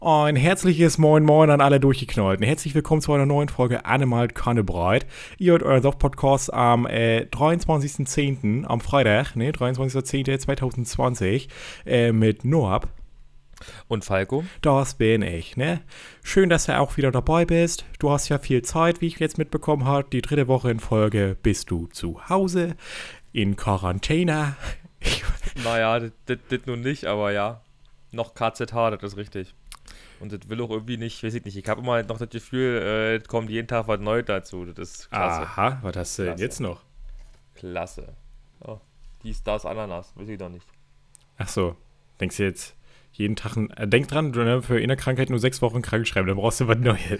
Ein herzliches Moin Moin an alle Durchgeknallten. Herzlich willkommen zu einer neuen Folge Animalt Kannebreit. Ihr hört euren Soft-Podcast am 23.10. am Freitag, 23.10.2020 mit Noab. Und Falco? Das bin ich, ne? Schön, dass du auch wieder dabei bist. Du hast ja viel Zeit, wie ich jetzt mitbekommen habe. Die dritte Woche in Folge bist du zu Hause, in Quarantäne. Naja, das nun nicht, aber ja. Noch KZH, das ist richtig. Und das will auch irgendwie nicht, weiß ich nicht. Ich habe immer noch das Gefühl, es kommt jeden Tag was Neues dazu. Das ist klasse. Aha, was hast du denn jetzt noch? Klasse. Oh, dies, das, Ananas. Weiß ich doch nicht. Ach so, denkst du jetzt jeden Tag, denk dran, du, ne, für eine Krankheit nur 6 Wochen krank schreiben, dann brauchst du was Neues.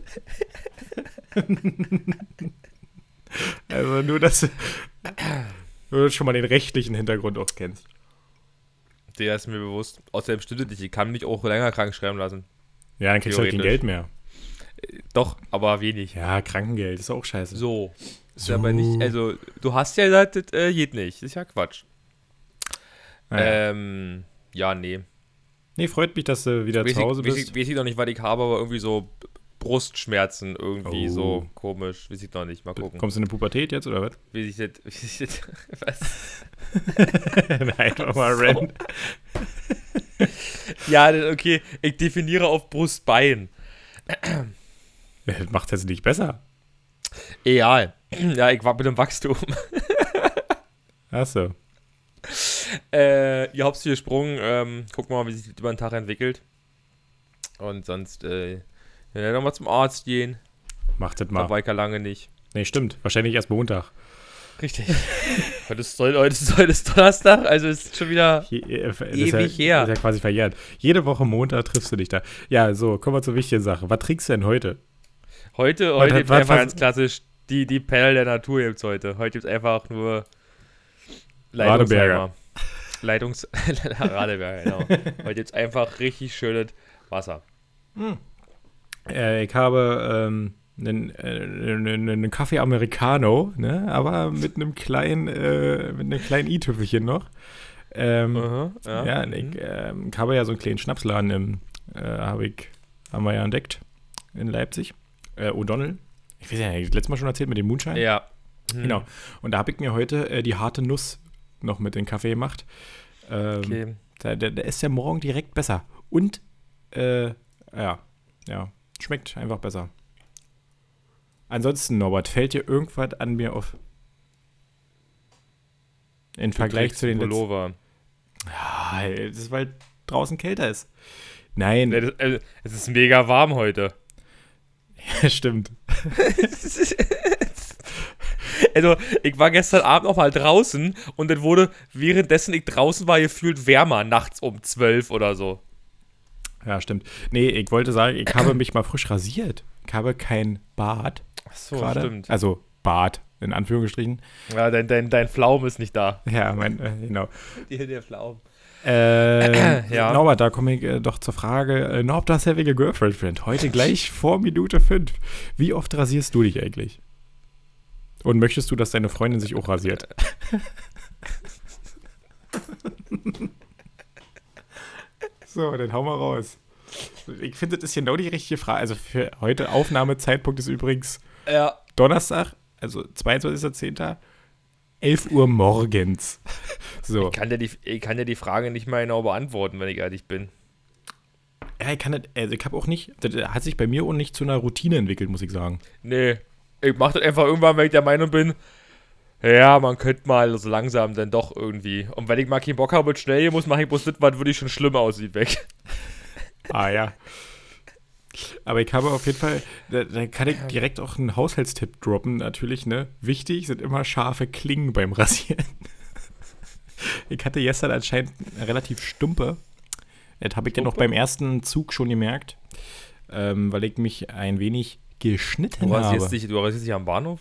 Also nur, dass du schon mal den rechtlichen Hintergrund auch kennst. Der ist mir bewusst. Außerdem stimmt es nicht. Ich kann mich auch länger krank schreiben lassen. Ja, dann kriegst du halt kein Geld mehr. Doch, aber wenig. Ja, Krankengeld ist auch scheiße. So. Ist aber nicht, also, du hast ja gesagt, das geht nicht. Das ist ja Quatsch. Naja. Ja, nee. Nee, freut mich, dass du wieder zu Hause bist. Weiß ich noch nicht, was ich habe, aber irgendwie so Brustschmerzen irgendwie so komisch. Weiß ich noch nicht. Mal gucken. Kommst du in eine Pubertät jetzt, oder was? Weiß ich jetzt was? Nein, einfach mal random. Ja, okay. Ich definiere auf Brustbein. Das macht es nicht besser. Egal. Ja, ich war mit dem Wachstum. Ach so. Ihr habt gesprungen. Gucken wir mal, wie sich das über den Tag entwickelt. Und sonst, nochmal zum Arzt gehen. Macht das mal. Da war ich ja lange nicht. Nee, stimmt. Wahrscheinlich erst Montag. Richtig. heute ist Donnerstag, also ist schon wieder ewig her. Das ist ja quasi verjährt. Jede Woche Montag triffst du dich da. Ja, so, kommen wir zur wichtigen Sache. Was trinkst du denn heute? Heute gibt es einfach ganz klassisch die Perle der Natur gibt's heute. Heute gibt es einfach nur Radeberger. Radeberger, genau. Heute gibt es einfach richtig schönes Wasser. Ich habe einen Kaffee Americano, ne? Aber mit einem kleinen i-Tüpfelchen noch. Ja. Ich habe ja so einen kleinen Schnapsladen haben wir ja entdeckt in Leipzig. O'Donnell. Ich weiß ja nicht, letztes Mal schon erzählt mit dem Moonshine. Ja. Genau. Und da habe ich mir heute die harte Nuss noch mit in den Kaffee gemacht. Okay. Da ist der morgen direkt besser. Und, schmeckt einfach besser. Ansonsten, Norbert, fällt dir irgendwas an mir auf? Im Vergleich zu den Pullover. Ja, das ist, weil draußen kälter ist. Nein. Es ist mega warm heute. Ja, stimmt. Also, ich war gestern Abend noch mal draußen und dann wurde, währenddessen ich draußen war, gefühlt wärmer, nachts um 12 oder so. Ja, stimmt. Nee, ich wollte sagen, ich habe mich mal frisch rasiert. Ich habe kein Bart. Ach so, grade. Stimmt. Also Bart, in Anführungsstrichen. Ja, dein Pflaum ist nicht da. Ja, genau. Der Pflaum. Ja. Norbert, da komme ich doch zur Frage, ob das heavige Girlfriend. Heute gleich vor Minute 5. Wie oft rasierst du dich eigentlich? Und möchtest du, dass deine Freundin sich auch rasiert? So, dann hau mal raus. Ich finde, das ist genau die richtige Frage. Also für heute Aufnahmezeitpunkt ist übrigens Donnerstag, also 22.10. 11 Uhr morgens. So. Ich kann dir die Frage nicht mal genau beantworten, wenn ich ehrlich bin. Ja, ich habe auch nicht, das hat sich bei mir auch nicht zu einer Routine entwickelt, muss ich sagen. Nee, ich mache das einfach irgendwann, wenn ich der Meinung bin, ja, man könnte mal so langsam dann doch irgendwie. Und wenn ich mal keinen Bock habe und schnell gehen muss, mache ich bloß das, was wirklich schon schlimm aussieht, weg. Ah, ja. Aber ich habe auf jeden Fall, da kann ich direkt auch einen Haushaltstipp droppen, natürlich, ne? Wichtig sind immer scharfe Klingen beim Rasieren. Ich hatte gestern anscheinend relativ Stumpe. Das habe ich dann noch beim ersten Zug schon gemerkt, weil ich mich ein wenig geschnitten habe. Du rasierst dich am Bahnhof?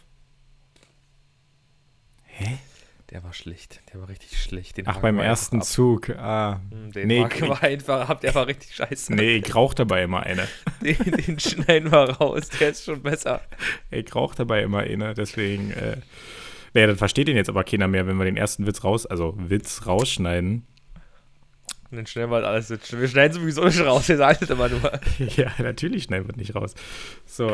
Hä? Der war schlecht. Der war richtig schlecht. Beim ersten Zug. Der war einfach richtig scheiße. Nee, ich rauche dabei immer eine. Den schneiden wir raus. Der ist schon besser. Ich rauche dabei immer eine, deswegen. Naja, dann versteht ihn jetzt aber keiner mehr, wenn wir den ersten Witz rausschneiden. Und dann schneiden wir halt alles. Wir schneiden sowieso nicht raus, ihr sagt es immer nur. Ja, natürlich schneiden wir nicht raus. So,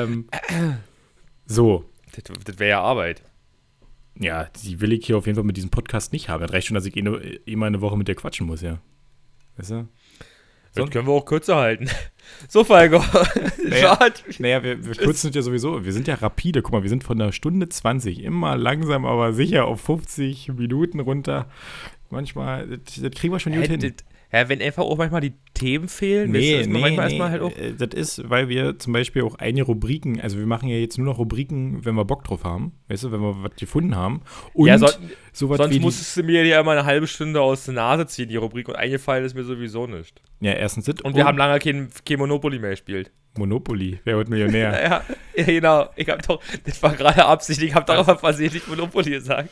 so. Das wäre ja Arbeit. Ja, die will ich hier auf jeden Fall mit diesem Podcast nicht haben. Das reicht schon, dass ich immer eine Woche mit dir quatschen muss, ja. Weißt du? Das können wir auch kürzer halten. So, Falco. Naja, wir kürzen es ja sowieso. Wir sind ja rapide. Guck mal, wir sind von einer Stunde 20 immer langsam, aber sicher auf 50 Minuten runter. Manchmal, das kriegen wir schon gut hin. Wenn einfach auch manchmal die Themen fehlen, Nee, halt auch. Das ist, weil wir zum Beispiel auch einige Rubriken, also wir machen ja jetzt nur noch Rubriken, wenn wir Bock drauf haben, weißt du, wenn wir was gefunden haben. Und ja, sowas sonst wie musstest du mir ja immer eine halbe Stunde aus der Nase ziehen, die Rubrik, und eingefallen ist mir sowieso nicht. Ja, erstens das. Und wir haben lange kein Monopoly mehr gespielt. Monopoly, wer wird Millionär? ja, genau. Das war gerade Absicht, ich habe darauf versehentlich Monopoly gesagt.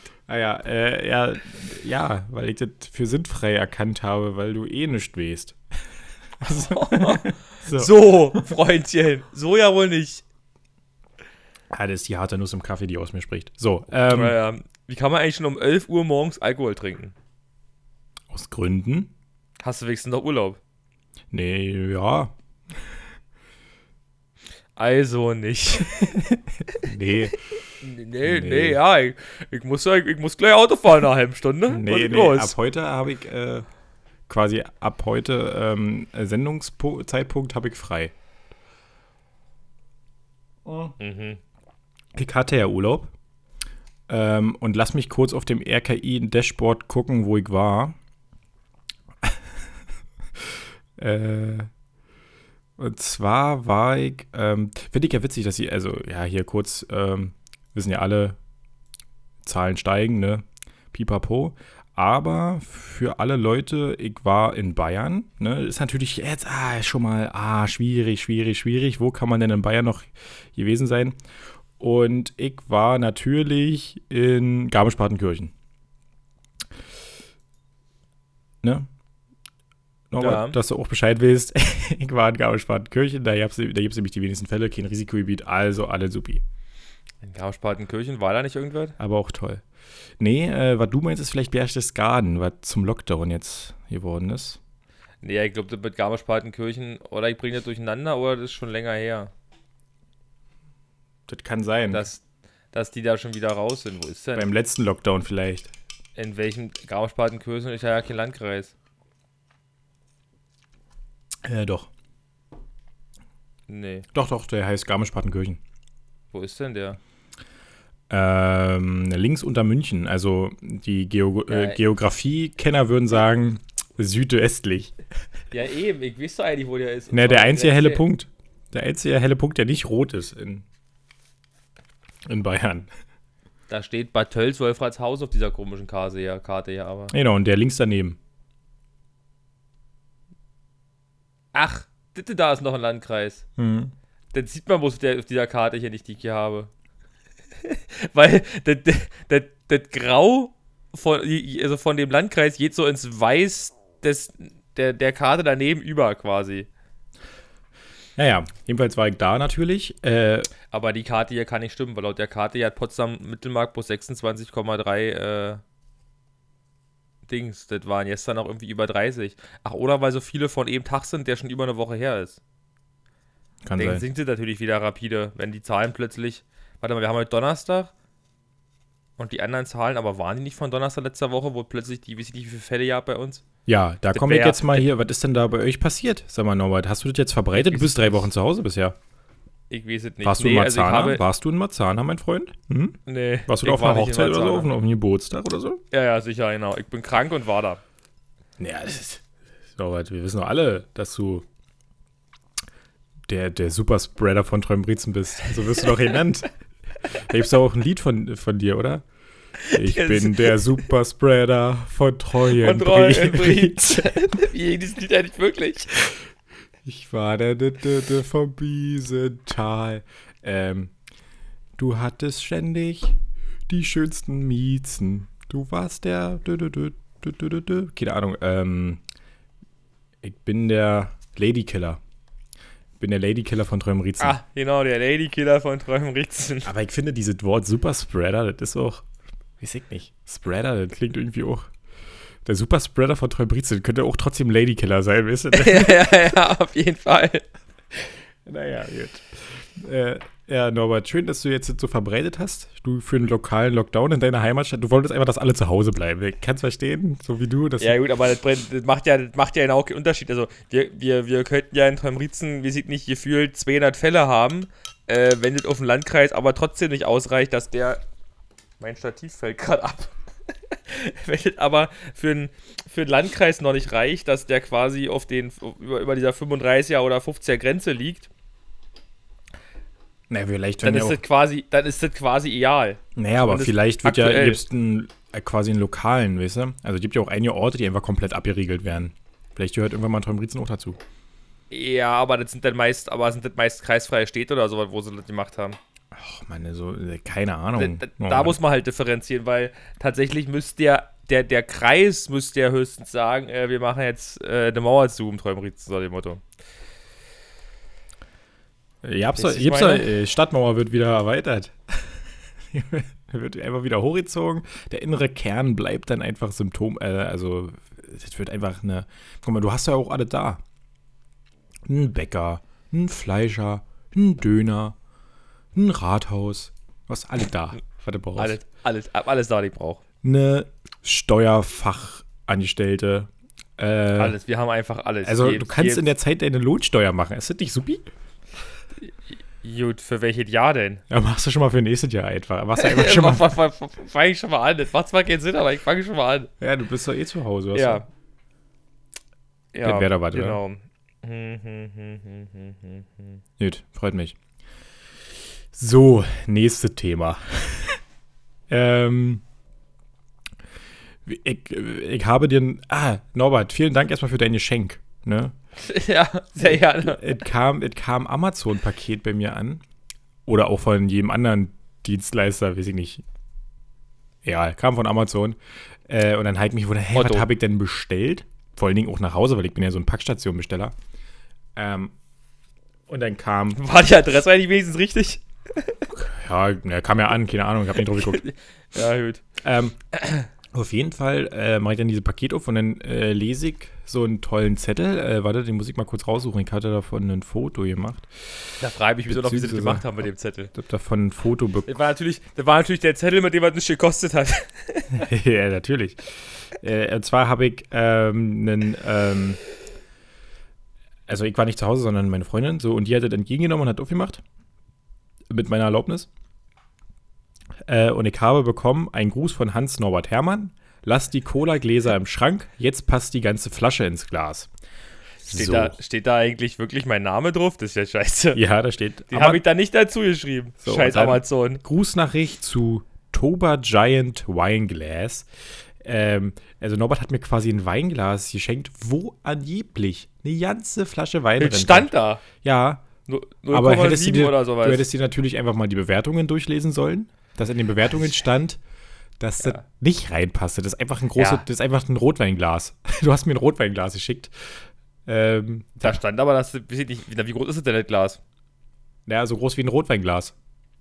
Ja, weil ich das für sinnfrei erkannt habe, weil du eh nichts weißt. So, Freundchen, so ja wohl nicht. Das ist die harte Nuss im Kaffee, die aus mir spricht. So, wie kann man eigentlich schon um 11 Uhr morgens Alkohol trinken? Aus Gründen? Hast du wenigstens noch Urlaub? Nee, ja. Also nicht. Nee, ja, ich muss gleich Auto fahren in einer halben Stunde. Nee, ab heute habe ich Sendungszeitpunkt habe ich frei. Mhm. Ich hatte ja Urlaub und lass mich kurz auf dem RKI-Dashboard gucken, wo ich war. Und zwar war ich, finde ich ja witzig, dass sie, also ja, hier kurz, wissen ja alle, Zahlen steigen, ne, pipapo, aber für alle Leute, ich war in Bayern, ne, ist natürlich jetzt, schon mal, schwierig, wo kann man denn in Bayern noch gewesen sein? Und ich war natürlich in Garmisch-Partenkirchen. Ne? Nochmal, Ja. dass du auch Bescheid weißt. Ich war in Garmisch-Partenkirchen, da gibt's nämlich die wenigsten Fälle, kein Risikogebiet, also alle supi. In Garmisch-Partenkirchen war da nicht irgendwas? Aber auch toll. Nee, was du meinst, ist vielleicht Berchtesgaden, was zum Lockdown jetzt geworden ist. Nee, ich glaube, das mit Garmisch-Partenkirchen, oder ich bringe das durcheinander, oder das ist schon länger her. Das kann sein. Dass die da schon wieder raus sind. Wo ist denn? Beim letzten Lockdown vielleicht. In welchem Garmisch-Partenkirchen ist ja kein Landkreis. Doch. Nee. Doch, der heißt Garmisch-Partenkirchen. Wo ist denn der? Links unter München. Also die Geografie-Kenner würden sagen südöstlich. Ja, eben. Ich weiß doch eigentlich, wo der ist. Ne, der einzige helle Punkt. Der einzige helle Punkt, der nicht rot ist in Bayern. Da steht Bad Tölz-Wolfratshausen auf dieser komischen Karte ja, aber. Genau, und der links daneben. Ach, da ist noch ein Landkreis. Mhm. Dann sieht man bloß auf dieser Karte hier nicht, die ich hier habe. Weil das Grau von dem Landkreis geht so ins Weiß der Karte daneben über quasi. Ja, jedenfalls war ich da natürlich. Aber die Karte hier kann nicht stimmen, weil laut der Karte hier hat Potsdam Mittelmark plus 26,3 Dings. Das waren gestern auch irgendwie über 30. Ach, oder weil so viele von eben Tag sind, der schon über eine Woche her ist. Kann Dann sein. sinkt es natürlich wieder rapide, wenn die Zahlen plötzlich. Warte mal, wir haben heute Donnerstag. Und die anderen Zahlen, aber waren die nicht von Donnerstag letzter Woche, wo plötzlich weiß ich nicht, wie viele Fälle gab bei uns? Ja, da Das komme ich wär- jetzt mal hier. Was ist denn da bei euch passiert? Sag mal, Norbert, hast du das jetzt verbreitet? Du bist 3 Wochen zu Hause bisher. Ich weiß es nicht. Warst du in also Marzahn? Warst du in Marzahn, mein Freund? Hm? Nee. Warst du da ich auf einer war nicht in Hochzeit oder so? Marzahn. Auf einem Geburtstag oder so? Ja, sicher, genau. Ich bin krank und war da. Ja, das ist. Norbert, wir wissen doch alle, dass du der Superspreader von Träumbrizen bist. So wirst du doch genannt. Da gibt es doch auch ein Lied von dir, oder? Ich bin der Superspreader von Treuenbrizen. Wie dieses Lied eigentlich wirklich? Ich war der vom Biesental. Du hattest ständig die schönsten Miezen. Du warst der keine Ahnung. Ich bin der Ladykiller. Ich bin der Ladykiller von Träumritzen. Ah, genau, der Ladykiller von Träumritzen. Aber ich finde dieses Wort Superspreader, das ist auch, weiß ich nicht. Spreader, das klingt irgendwie auch Der Superspreader von Treubrizen könnte auch trotzdem Ladykiller sein, weißt du? Ja, auf jeden Fall. Naja, gut. Ja, Norbert, schön, dass du jetzt so verbreitet hast. Du für einen lokalen Lockdown in deiner Heimatstadt. Du wolltest einfach, dass alle zu Hause bleiben. Ich kann es verstehen, so wie du. Ja, gut, aber das macht ja genau keinen Unterschied. Also, wir könnten ja in Treubrizen, wir sind nicht gefühlt 200 Fälle haben, wenn das auf den Landkreis aber trotzdem nicht ausreicht, dass der. Mein Stativ fällt gerade ab. Wenn das aber für den Landkreis noch nicht reicht, dass der quasi über dieser 35er oder 50er Grenze liegt. Naja, vielleicht dann ist das quasi egal. Naja, aber vielleicht wird aktuell. ja jetzt quasi einen lokalen, weißt du? Also es gibt ja auch einige Orte, die einfach komplett abgeriegelt werden. Vielleicht gehört irgendwann mal Treubrizen auch dazu. Ja, aber das sind meist kreisfreie Städte oder so, wo sie das gemacht haben. Ach, meine, so, keine Ahnung. Da muss man halt differenzieren, weil tatsächlich müsste der Kreis müsste ja höchstens sagen, wir machen jetzt eine Mauer zu um Treubrizen, so dem Motto. Stadtmauer wird wieder erweitert. Wird einfach wieder hochgezogen. Der innere Kern bleibt dann einfach Symptom. Also, es wird einfach eine. Guck mal, du hast ja auch alle da. Ein Bäcker, ein Fleischer, ein Döner, ein Rathaus. Du hast alle da, was du brauchst. Alles da, was ich brauche. Eine Steuerfachangestellte. Alles, wir haben einfach alles. Also, du kannst in der Zeit deine Lohnsteuer machen. Ist das nicht supi? Gut, für welches Jahr denn? Ja, machst du schon mal für nächstes Jahr einfach. Machst du einfach schon mal. Fange ich schon mal an. Das macht zwar keinen Sinn, aber ich fange schon mal an. Ja, du bist doch eh zu Hause. Ja. Ja, wer da war, genau. Gut, freut mich. So, nächstes Thema. Ich habe dir. Norbert, vielen Dank erstmal für dein Geschenk. Ne? Ja, sehr gerne. Es kam Amazon-Paket bei mir an. Oder auch von jedem anderen Dienstleister, weiß ich nicht. Ja, kam von Amazon. Und dann habe ich mich gewundert, was habe ich denn bestellt? Vor allen Dingen auch nach Hause, weil ich bin ja so ein Packstationbesteller. Und dann kam. War die Adresse eigentlich wenigstens richtig? Ja, kam ja an, keine Ahnung, ich habe nicht drauf geguckt. Ja, gut. Auf jeden Fall mache ich dann dieses Paket auf und dann lese ich so einen tollen Zettel. Warte, den muss ich mal kurz raussuchen. Ich hatte davon ein Foto gemacht. Da frage ich mich so noch, wie sie das gemacht haben mit dem Zettel. Ich habe davon ein Foto bekommen. Das war natürlich der Zettel, mit dem was nicht gekostet hat. Ja, natürlich. Und zwar habe ich also ich war nicht zu Hause, sondern meine Freundin. So, und die hat das entgegengenommen und hat aufgemacht. Mit meiner Erlaubnis. Und ich habe bekommen einen Gruß von Hans-Norbert Hermann. Lass die Cola-Gläser im Schrank, jetzt passt die ganze Flasche ins Glas. Steht da eigentlich wirklich mein Name drauf? Das ist ja scheiße. Ja, da steht. Den habe ich da nicht dazu geschrieben. So, Scheiß Amazon. Grußnachricht zu Toba Giant Wineglass. Also Norbert hat mir quasi ein Weinglas geschenkt, wo angeblich eine ganze Flasche Wein drin stand da. Ja. 0,7 aber du hättest dir natürlich einfach mal die Bewertungen durchlesen sollen, dass in den Bewertungen stand, dass das nicht reinpasste. Das ist einfach das ist einfach ein Rotweinglas. Du hast mir ein Rotweinglas geschickt. Da stand aber, wie groß ist das denn, das Glas? Naja, so groß wie ein Rotweinglas.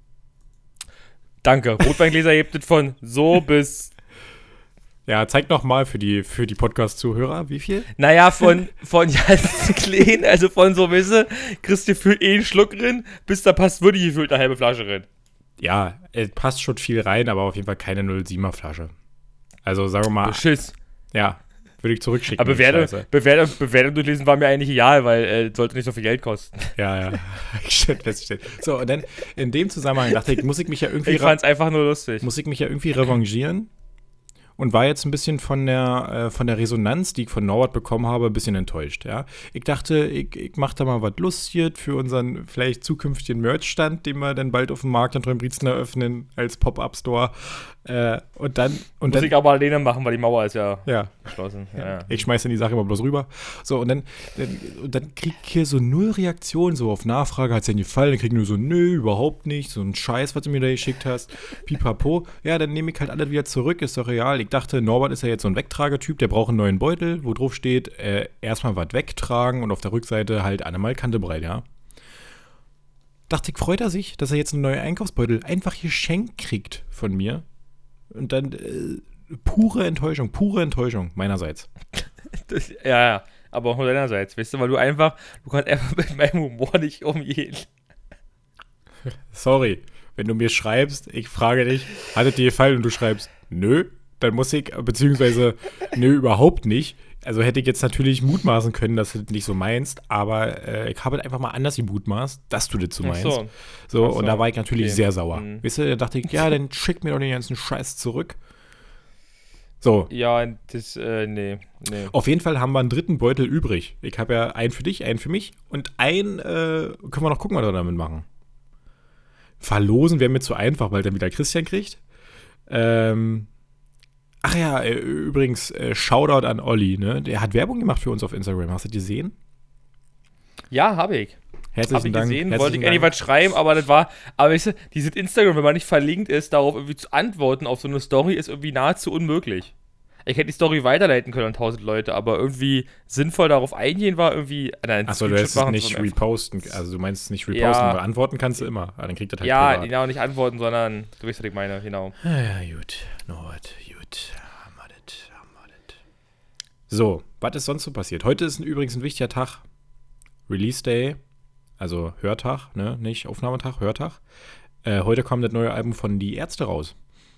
Danke. Rotweingläser hebt es von so bis. Ja, zeig noch mal für die Podcast-Zuhörer, wie viel? Naja, von ganz klein, also von so, weißt du, kriegst du für einen Schluck drin, bis da passt wirklich gefühlt eine halbe Flasche drin. Ja, es passt schon viel rein, aber auf jeden Fall keine 0,7er Flasche. Also sagen wir mal. Beschiss. Ja, würde ich zurückschicken. Aber Bewertung durchlesen war mir eigentlich egal, weil sollte nicht so viel Geld kosten. Ja, schön festgestellt. So, und dann in dem Zusammenhang dachte ich, muss ich mich ja irgendwie. Ich fand's einfach nur lustig. Muss ich mich ja irgendwie revanchieren. Und war jetzt ein bisschen von der Resonanz, die ich von Norbert bekommen habe, ein bisschen enttäuscht. Ja? Ich dachte, ich mache da mal was Lustiges für unseren vielleicht zukünftigen Merch-Stand, den wir dann bald auf dem Markt in Treubrizen eröffnen als Pop-Up-Store. Und dann muss ich aber alleine machen, weil die Mauer ist ja geschlossen. Ja. Ich schmeiße dann die Sache immer bloß rüber. So, und dann krieg ich hier so null Reaktion, so auf Nachfrage, hat es dir gefallen? Dann krieg ich nur so, nö, überhaupt nicht, so ein Scheiß, was du mir da geschickt hast. Pipapo. Ja, dann nehme ich halt alles wieder zurück, ist doch real. Ich dachte, Norbert ist ja jetzt so ein Wegtragetyp, der braucht einen neuen Beutel, wo drauf steht, erstmal was wegtragen und auf der Rückseite halt einmal Kante breit, ja. Dachte ich, freut er sich, dass er jetzt einen neuen Einkaufsbeutel einfach geschenkt kriegt von mir. Und dann pure Enttäuschung meinerseits. Ja, aber auch nur deinerseits, weißt du, weil du kannst einfach mit meinem Humor nicht umgehen. Sorry, wenn du mir schreibst, ich frage dich, hattet dir gefallen und du schreibst, nö, dann muss ich, beziehungsweise, nö, überhaupt nicht. Also hätte ich jetzt natürlich mutmaßen können, dass du das nicht so meinst, aber ich habe halt einfach mal anders gemutmaßt, dass du das so meinst. So, und da war ich natürlich sehr sauer. Weißt du, da dachte ich, ja, dann schick mir doch den ganzen Scheiß zurück. So. Ja, nee. Auf jeden Fall haben wir einen dritten Beutel übrig. Ich habe ja einen für dich, einen für mich und einen können wir noch gucken, was wir damit machen. Verlosen wäre mir zu einfach, weil dann wieder Christian kriegt. Ach ja, übrigens, Shoutout an Olli, ne? Der hat Werbung gemacht für uns auf Instagram. Hast du die gesehen? Ja, habe ich. Herzlichen Dank. Gesehen, wollte ich eigentlich was schreiben, aber weißt du, dieses Instagram, wenn man nicht verlinkt ist, darauf irgendwie zu antworten auf so eine Story, ist irgendwie nahezu unmöglich. Ich hätte die Story weiterleiten können an 1000 Leute, aber irgendwie sinnvoll darauf eingehen war irgendwie. Achso, du hättest es nicht reposten. Also du meinst nicht reposten, ja, aber antworten kannst du immer. Aber dann kriegt er halt ja, privat. genau, nicht antworten, sondern du weißt, was ich meine, genau. Ja, gut. Norbert, gut. Haben wir das. So, was ist sonst so passiert? Heute ist übrigens ein wichtiger Tag. Release Day. Also Hörtag, ne? Nicht Aufnahmetag, Hörtag. Heute kommt das neue Album von Die Ärzte raus.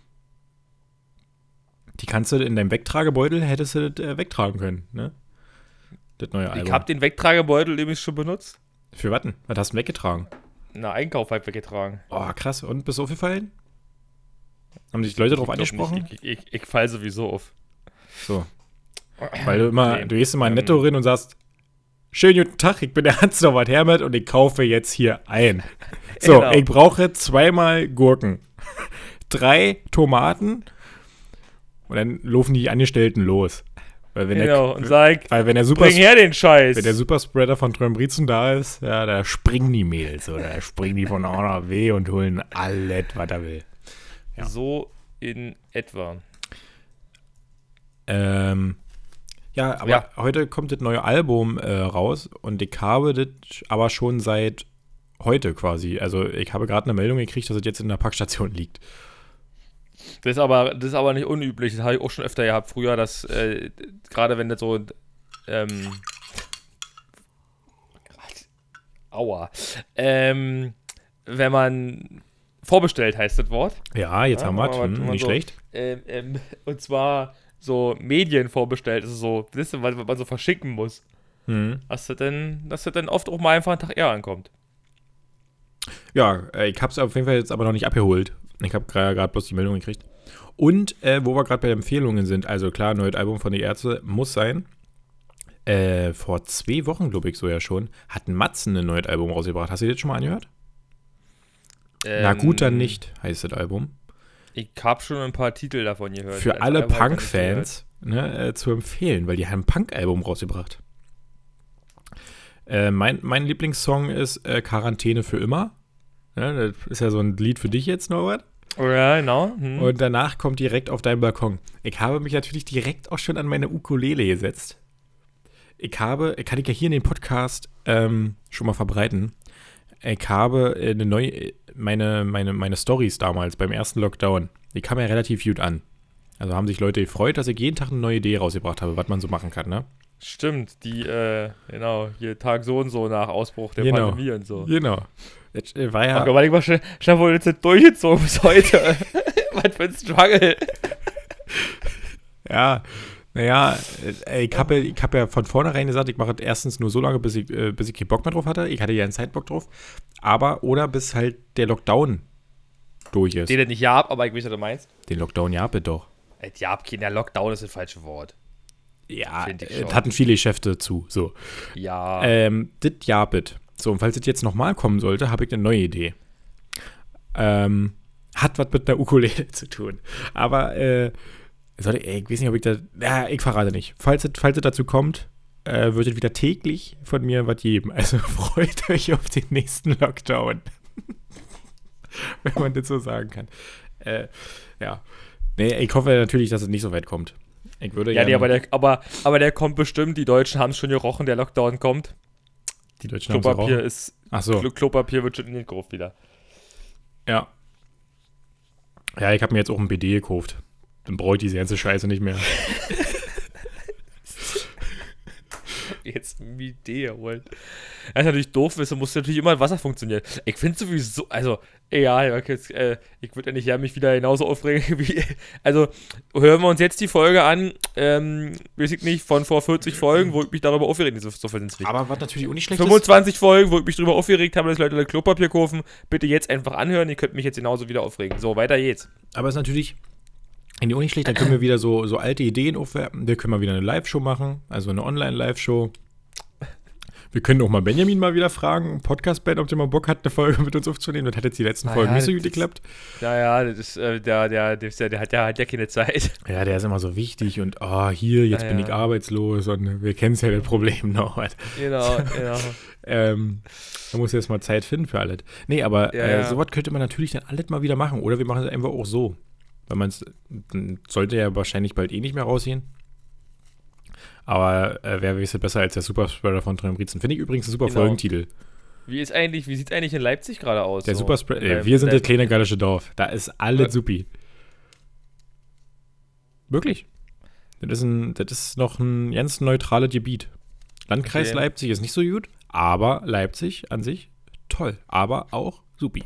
Die kannst du in deinem Wegtragebeutel, hättest du das wegtragen können, ne? Das neue Album. Ich hab den Wegtragebeutel nämlich schon benutzt. Für was denn? Was hast du weggetragen? Na, Einkauf halt weggetragen. Oh, krass. Und bist du aufgefallen? Haben sich Leute drauf angesprochen? Ich fall sowieso auf. So. Weil du gehst immer in Netto rein und sagst, schönen guten Tag, ich bin der Hans-Norbert Hermet und ich kaufe jetzt hier ein. So, genau. Ich brauche 2 Gurken, 3 Tomaten und dann laufen die Angestellten los. Weil wenn bring her den Scheiß. Wenn der Superspreader von Trömbrizen da ist, ja, da springen die Mädels oder da springen die von A nach B und holen alles, was er will. Ja. So in etwa. Ja, aber heute kommt das neue Album raus und ich habe das aber schon seit heute quasi. Also ich habe gerade eine Meldung gekriegt, dass es jetzt in der Packstation liegt. Das ist aber nicht unüblich. Das habe ich auch schon öfter gehabt früher, dass gerade wenn das so wenn man vorbestellt heißt das Wort. Ja, jetzt haben wir es. Nicht so, schlecht. Und zwar so Medien vorbestellt, also so, das ist, was man so verschicken muss. Dass das dann oft auch mal einfach einen Tag eher ankommt. Ja, ich habe es auf jeden Fall jetzt aber noch nicht abgeholt. Ich habe gerade bloß die Meldung gekriegt. Und wo wir gerade bei Empfehlungen sind, also klar, neues Album von Die Ärzte muss sein. Vor 2 Wochen, glaube ich, so ja schon, hat Matzen ein neues Album rausgebracht. Hast du das schon mal angehört? Na gut, dann nicht, heißt das Album. Ich habe schon ein paar Titel davon gehört. Für alle Punk-Fans zu empfehlen, weil die haben ein Punk-Album rausgebracht. Mein Lieblingssong ist Quarantäne für immer. Ja, das ist ja so ein Lied für dich jetzt, Norbert. Ja, genau. Und danach kommt direkt auf deinen Balkon. Ich habe mich natürlich direkt auch schon an meine Ukulele gesetzt. Kann ich ja hier in den Podcast schon mal verbreiten. Ich habe meine Storys damals beim ersten Lockdown, die kamen ja relativ gut an. Also haben sich Leute gefreut, dass ich jeden Tag eine neue Idee rausgebracht habe, was man so machen kann, ne? Stimmt, die, hier Tag so und so nach Ausbruch der Pandemie und so. Genau. Das war ja... Okay, warte, ich mal schnell wohl jetzt nicht durchgezogen bis heute. Was für ein Struggle. Ja, naja, ich hab ja von vornherein gesagt, ich mache es erstens nur so lange, bis ich keinen Bock mehr drauf hatte. Ich hatte ja einen Zeitbock drauf. Oder bis halt der Lockdown durch ist. Den nicht jab, aber ich weiß, was du meinst. Den Lockdown jab doch. Jab, der Lockdown ist das falsche Wort. Ja, das hatten viele Geschäfte zu, so. Ja. Das jabet. So, und falls es jetzt nochmal kommen sollte, habe ich eine neue Idee. Hat was mit der Ukulele zu tun. Aber, ich weiß nicht, ob ich da. Ja, ich verrate nicht. Falls es dazu kommt, wird es wieder täglich von mir was geben. Also freut euch auf den nächsten Lockdown. Wenn man das so sagen kann. Ja. Nee, ich hoffe natürlich, dass es nicht so weit kommt. Ich würde aber der kommt bestimmt. Die Deutschen haben es schon gerochen, der Lockdown kommt. Die Deutschen haben es gerochen? Ist. Ach so. Klopapier wird schon in den Gruft wieder. Ja. Ja, ich habe mir jetzt auch ein BD gekauft. Dann brauche ich diese ganze Scheiße nicht mehr. Jetzt eine Idee holen. Das ist natürlich doof, weil muss natürlich immer Wasser funktionieren. Ich finde sowieso, also, egal, ich würde ja nicht mich wieder genauso aufregen wie, also, hören wir uns jetzt die Folge an, weiß ich nicht, von vor 40 Folgen, wo ich mich darüber aufgeregt habe, so versinnslich. Aber was natürlich auch nicht schlecht 25 Folgen, wo ich mich darüber aufgeregt habe, dass Leute Klopapier kaufen, bitte jetzt einfach anhören, ihr könnt mich jetzt genauso wieder aufregen. So, weiter geht's. Aber es ist natürlich auch nicht schlecht, dann können wir wieder so alte Ideen aufwerfen. Wir können mal wieder eine Live-Show machen, also eine Online-Live-Show. Wir können auch mal Benjamin mal wieder fragen, Podcast-Band, ob der mal Bock hat, eine Folge mit uns aufzunehmen. Das hat jetzt die letzten Folgen nicht so gut geklappt. Ja, das ist, der hat ja keine Zeit. Ja, der ist immer so wichtig und hier, jetzt bin ich arbeitslos und wir kennen ja das Problem noch. Genau. Da muss jetzt mal Zeit finden für alles. Nee, aber sowas könnte man natürlich dann alles mal wieder machen. Oder wir machen es einfach auch so. Weil man es sollte ja wahrscheinlich bald nicht mehr rausgehen. Aber wer weiß besser als der Superspreader von Träumritzen. Finde ich übrigens ein super Folgentitel. Wie sieht es eigentlich in Leipzig gerade aus? Der Superspreader, wir sind das kleine gallische Dorf. Da ist alles supi. Wirklich. Das ist noch ein ganz neutrales Gebiet. Landkreis Leipzig ist nicht so gut, aber Leipzig an sich toll. Aber auch supi.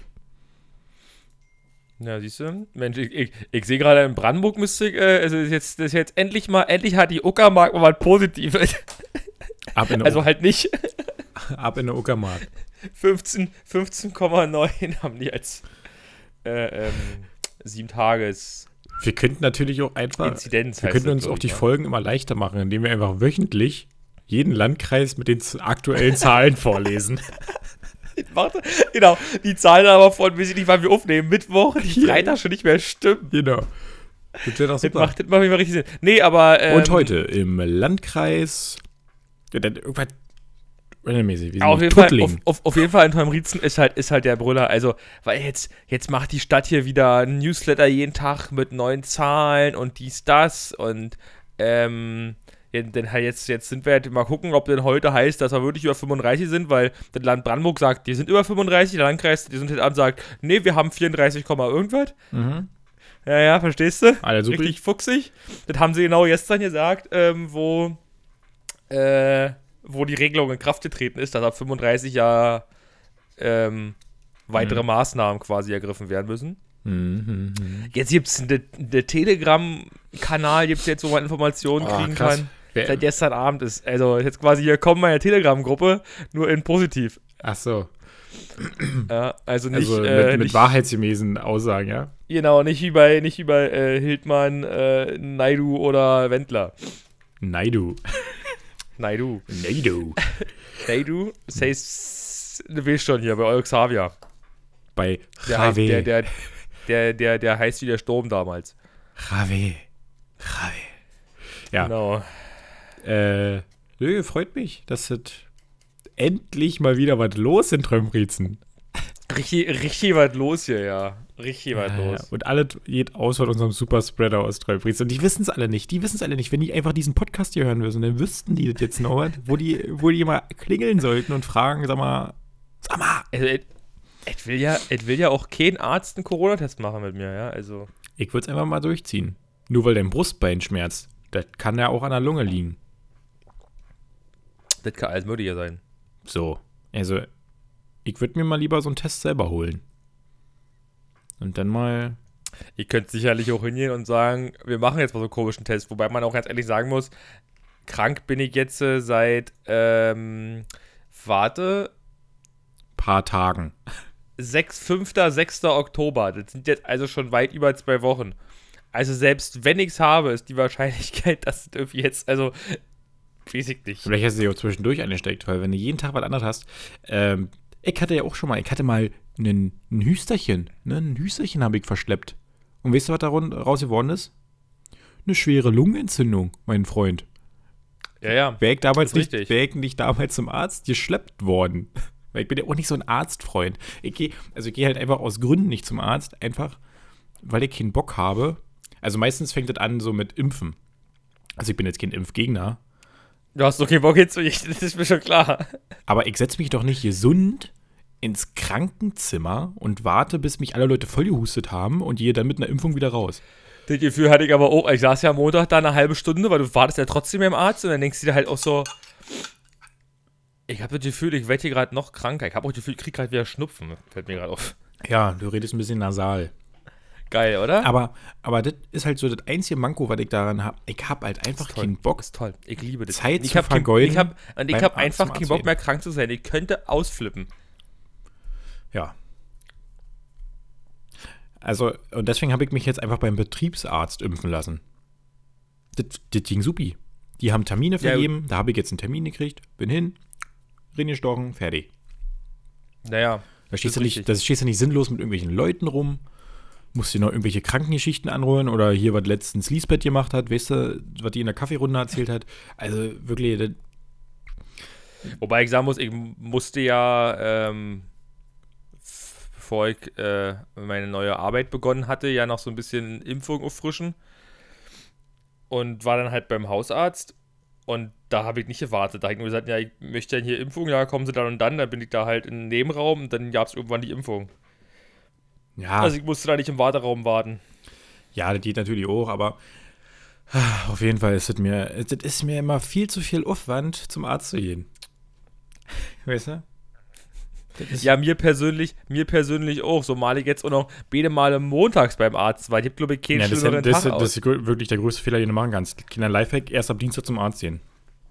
Ja, siehst du? Mensch, ich sehe gerade in Brandenburg das ist jetzt endlich hat die Uckermark mal was Positives. Also halt nicht. Ab in der Uckermark. 15,9 haben die als 7 Tages Wir könnten natürlich auch einfach, Inzidenz wir könnten uns auch die Folgen immer leichter machen, indem wir einfach wöchentlich jeden Landkreis mit den aktuellen Zahlen vorlesen. Genau, die Zahlen aber von, weiß ich nicht, wann wir aufnehmen, Mittwoch, die Freitag schon nicht mehr stimmen. Genau. Das wäre doch super. Das macht richtig Sinn. Nee, aber und heute im Landkreis irgendwas randommäßig. Auf jeden Fall in Träumritzen ist halt der Brüller. Also, weil jetzt macht die Stadt hier wieder ein Newsletter jeden Tag mit neuen Zahlen und dies, das und denn halt jetzt sind wir halt mal gucken, ob denn heute heißt, dass wir wirklich über 35 sind, weil das Land Brandenburg sagt, die sind über 35, der Landkreis, die Gesundheitsamt sagt, nee, wir haben 34, irgendwas. Mhm. Ja, verstehst du? Alter, richtig fuchsig. Das haben sie genau gestern gesagt, wo die Regelung in Kraft getreten ist, dass ab 35 weitere Maßnahmen quasi ergriffen werden müssen. Jetzt gibt es einen Telegram-Kanal, wo man Informationen kriegen kann. Seit gestern Abend ist. Also jetzt quasi hier kommen meine Telegram-Gruppe, nur in positiv. Ach so. Ja, also nicht. Mit nicht, wahrheitsgemäßen Aussagen, ja? Genau, nicht wie bei Hildmann, Naidu oder Wendler. Naidu. Das heißt, du weißt schon hier, bei Euxavia. Bei Javé. Der heißt wie der Sturm damals. Javé. Ja. Genau. Freut mich, dass es endlich mal wieder was los in Träumritzen. Richtig was los hier, ja. Richtig was los. Und alles geht aus von unserem Superspreader aus Träumritzen. Und die wissen es alle nicht. Wenn die einfach diesen Podcast hier hören würden, dann wüssten die das jetzt noch, wo die mal klingeln sollten und fragen, sag mal. Es will ja auch kein Arzt einen Corona-Test machen mit mir, ja, also. Ich würde es einfach mal durchziehen. Nur weil dein Brustbein schmerzt. Das kann ja auch an der Lunge liegen. Das kann alles Mögliche sein. So, also, ich würde mir mal lieber so einen Test selber holen. Und dann mal. Ihr könnt sicherlich auch hingehen und sagen, wir machen jetzt mal so einen komischen Test. Wobei man auch ganz ehrlich sagen muss, krank bin ich jetzt seit, paar Tagen. 6. Oktober. Das sind jetzt also schon weit über 2 Wochen. Also selbst wenn ich es habe, ist die Wahrscheinlichkeit, dass es irgendwie jetzt, also, weiß ich nicht. Vielleicht hast du dich auch zwischendurch angesteckt, weil wenn du jeden Tag was anderes hast, ich hatte mal ein Hüsterchen, ne? Ein Hüsterchen habe ich verschleppt. Und weißt du, was daraus geworden ist? Eine schwere Lungenentzündung, mein Freund. Ja. Wäre ich nicht damals zum Arzt geschleppt worden. Weil ich bin ja auch nicht so ein Arztfreund. Ich gehe halt einfach aus Gründen nicht zum Arzt, einfach weil ich keinen Bock habe. Also meistens fängt das an so mit Impfen. Also ich bin jetzt kein Impfgegner. Du hast doch keinen Bock jetzt, das ist mir schon klar. Aber ich setze mich doch nicht gesund ins Krankenzimmer und warte, bis mich alle Leute vollgehustet haben und gehe dann mit einer Impfung wieder raus. Das Gefühl hatte ich aber auch, ich saß ja am Montag da eine halbe Stunde, weil du wartest ja trotzdem beim Arzt und dann denkst du dir halt auch so, ich habe das Gefühl, ich werde hier gerade noch kranker. Ich habe auch das Gefühl, ich krieg gerade wieder Schnupfen. Fällt mir gerade auf. Ja, du redest ein bisschen nasal. Geil, oder? Aber das ist halt so das einzige Manko, was ich daran habe. Ich habe halt einfach keinen Bock. Das ist toll. Ich liebe das. Zeit ich zu vergeuden. Ich habe beim einfach Arzt keinen Bock mehr krank zu sein. Ich könnte ausflippen. Ja. Also, und deswegen habe ich mich jetzt einfach beim Betriebsarzt impfen lassen. Das ging supi. Die haben Termine vergeben, da habe ich jetzt einen Termin gekriegt, bin hin, reingestochen, fertig. Naja. Da stehst du nicht sinnlos mit irgendwelchen Leuten rum, musst dir noch irgendwelche Krankengeschichten anholen oder hier, was letztens Lisbeth gemacht hat, weißt du, was die in der Kaffeerunde erzählt hat. Also wirklich, das wobei ich sagen muss, ich musste ja, bevor ich meine neue Arbeit begonnen hatte, ja noch so ein bisschen Impfung auffrischen. Und war dann halt beim Hausarzt. Und da habe ich nicht gewartet. Da habe ich nur gesagt, ja, ich möchte ja hier Impfung, ja, kommen Sie dann und dann. Dann bin ich da halt im Nebenraum und dann gab es irgendwann die Impfung. ja. Also ich musste da nicht im Warteraum warten. Ja, das geht natürlich auch, aber auf jeden Fall ist es mir immer viel zu viel Aufwand, zum Arzt zu gehen. Weißt du? Ja, mir persönlich auch. So mal ich jetzt auch noch beide Male montags beim Arzt war. Ich habe, glaube ich, keinen schlimmeren Tag aus. Das ist wirklich der größte Fehler, den du machen kannst. Kinder Lifehack, erst ab Dienstag zum Arzt gehen.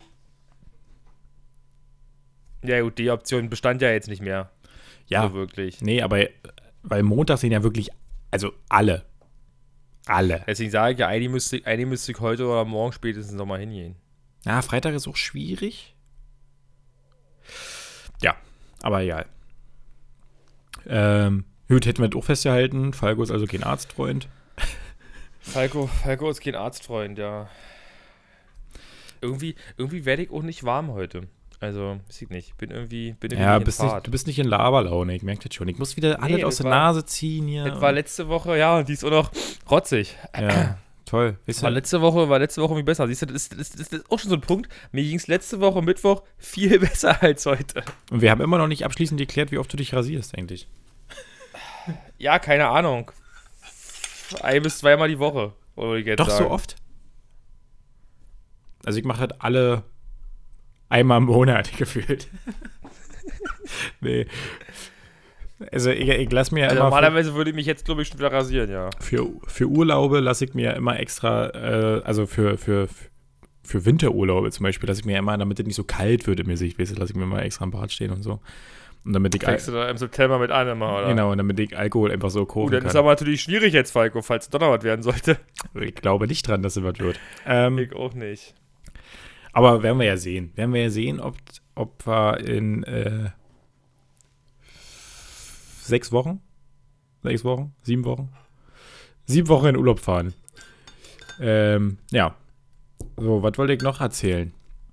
Ja gut, die Option bestand ja jetzt nicht mehr. Ja, so wirklich. Nee, aber weil Montag sind ja wirklich, also alle. Deswegen sage ich ja, eigentlich müsste ich heute oder morgen spätestens nochmal hingehen. Ja, Freitag ist auch schwierig. Ja, aber egal. Gut, hätten wir das auch festgehalten. Falco ist also kein Arztfreund. Falco ist kein Arztfreund, ja. Irgendwie werde ich auch nicht warm heute. Also, weiß ich nicht. Bin irgendwie Ja, nicht in Fahrt. du bist nicht in Laberlaune, ich merke das schon. Ich muss wieder alles aus der Nase ziehen hier. Das war letzte Woche, ja, und die ist auch noch rotzig. Ja, toll. Weißt War letzte Woche irgendwie besser. Siehst du, das ist auch schon so ein Punkt. Mir ging es letzte Woche Mittwoch viel besser als heute. Und wir haben immer noch nicht abschließend geklärt, wie oft du dich rasierst eigentlich. Ja, keine Ahnung. 1 bis 2 Mal die Woche. Würde ich jetzt Doch, sagen. so oft? Also ich mache halt alle einmal im Monat gefühlt. Nee. Also ich lasse mir ja Also immer normalerweise würde ich mich jetzt, glaube ich, schon wieder rasieren, ja. für Urlaube lasse ich mir ja immer extra, also für Winterurlaube zum Beispiel, lasse ich mir ja immer, damit es nicht so kalt wird im Gesicht, weißt du, lasse ich mir mal extra im Bad stehen und so. Und damit ich Fängst du da im September mit an immer, oder? Genau, und damit ich Alkohol einfach so kochen Dann kann. ist aber natürlich schwierig jetzt, Falco, falls doch noch was werden sollte. Ich glaube nicht dran, dass es was wird. Ich auch nicht. Aber werden wir ja sehen. Ob wir in 6 Wochen? 7 Wochen? 7 Wochen in Urlaub fahren. Ja. So, was wollte ich noch erzählen?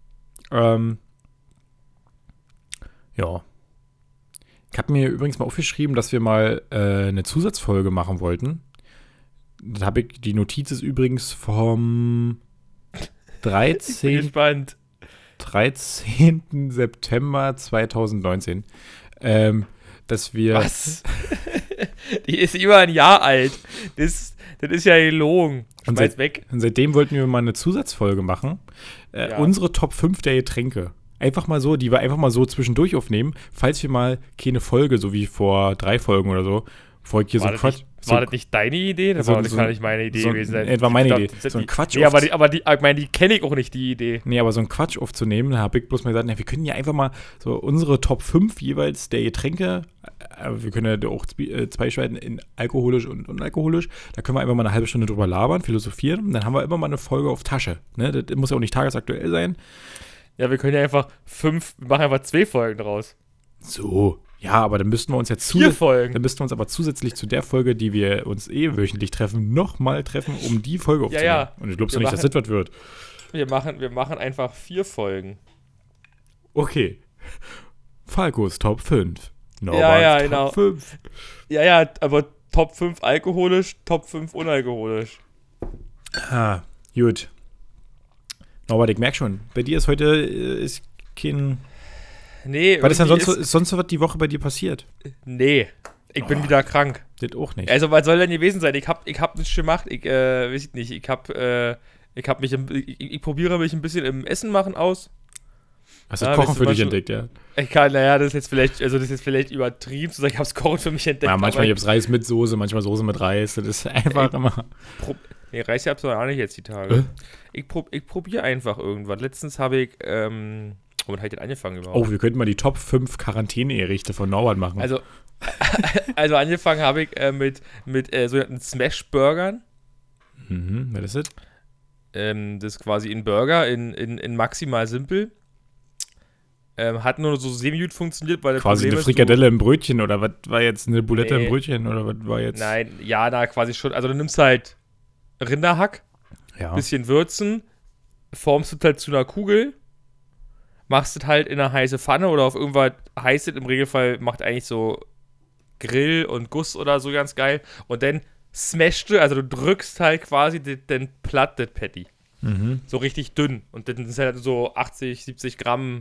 Ja. Ich habe mir übrigens mal aufgeschrieben, dass wir mal eine Zusatzfolge machen wollten. Die Notiz ist übrigens vom Ich bin 13. gespannt. 13. September 2019. Dass wir. Was? Die ist über ein Jahr alt. Das ist ja gelogen. Schmeiß weg. Und seitdem wollten wir mal eine Zusatzfolge machen. Ja. Unsere Top 5 der Getränke. Einfach mal so, die wir einfach mal so zwischendurch aufnehmen, falls wir mal keine Folge, so wie vor 3 Folgen oder so, bevor ich hier so Quatsch. War das nicht deine Idee? Das kann nicht meine Idee gewesen sein. Das war meine Idee. So ein Quatsch. Nee, aber ich meine, die kenne ich auch nicht, die Idee. Nee, aber so einen Quatsch aufzunehmen, da habe ich bloß mal gesagt, wir können ja einfach mal so unsere Top 5 jeweils der Getränke, wir können ja auch zweischalten in alkoholisch und unalkoholisch, da können wir einfach mal eine halbe Stunde drüber labern, philosophieren und dann haben wir immer mal eine Folge auf Tasche. Ne? Das muss ja auch nicht tagesaktuell sein. Ja, wir können ja einfach wir machen einfach 2 Folgen draus. So, ja, aber dann müssten wir uns jetzt 4 Folgen. Dann müssten wir uns aber zusätzlich zu der Folge, die wir uns wöchentlich treffen, nochmal treffen, um die Folge aufzunehmen. Ja. Und ich glaube so nicht, dass das was wird. Wir machen einfach 4 Folgen. Okay. Falkos Top 5. Ja, Top genau. 5. Ja, aber Top 5 alkoholisch, Top 5 unalkoholisch. Ah, gut. Norbert, ich merke schon, bei dir ist heute ist kein. Nee, Was ist denn sonst so was die Woche bei dir passiert? Nee. Ich bin wieder krank. Das auch nicht. Also, was soll denn gewesen sein? Ich hab nichts gemacht. Weiß ich nicht. Ich probiere mich ein bisschen im Essen machen aus. Hast du Kochen für dich entdeckt, ja? Das ist jetzt vielleicht übertrieben zu sagen, ich hab's Kochen für mich entdeckt. Ja, manchmal gibt's Reis mit Soße, manchmal Soße mit Reis. Das ist einfach immer. Reis hab's aber auch nicht jetzt die Tage. Ich probiere einfach irgendwas. Letztens habe ich, womit habe ich denn angefangen überhaupt? Oh, wir könnten mal die Top 5 Quarantäne-Gerichte von Norbert machen. Also angefangen habe ich mit sogenannten Smash-Burgern. Was ist das? Das ist quasi ein Burger in maximal simpel. Hat nur so semi-gut funktioniert, weil das quasi Problem eine Frikadelle im Brötchen oder was war jetzt eine Bulette im Brötchen oder was war jetzt? Nein, ja, quasi schon. Also du nimmst halt Rinderhack, bisschen würzen, formst es halt zu einer Kugel, machst es halt in eine heiße Pfanne oder auf irgendwas heißes. Im Regelfall macht eigentlich so Grill und Guss oder so ganz geil. Und dann smashst du, also du drückst halt quasi den platt, das Patty. So richtig dünn. Und dann ist halt so 80, 70 Gramm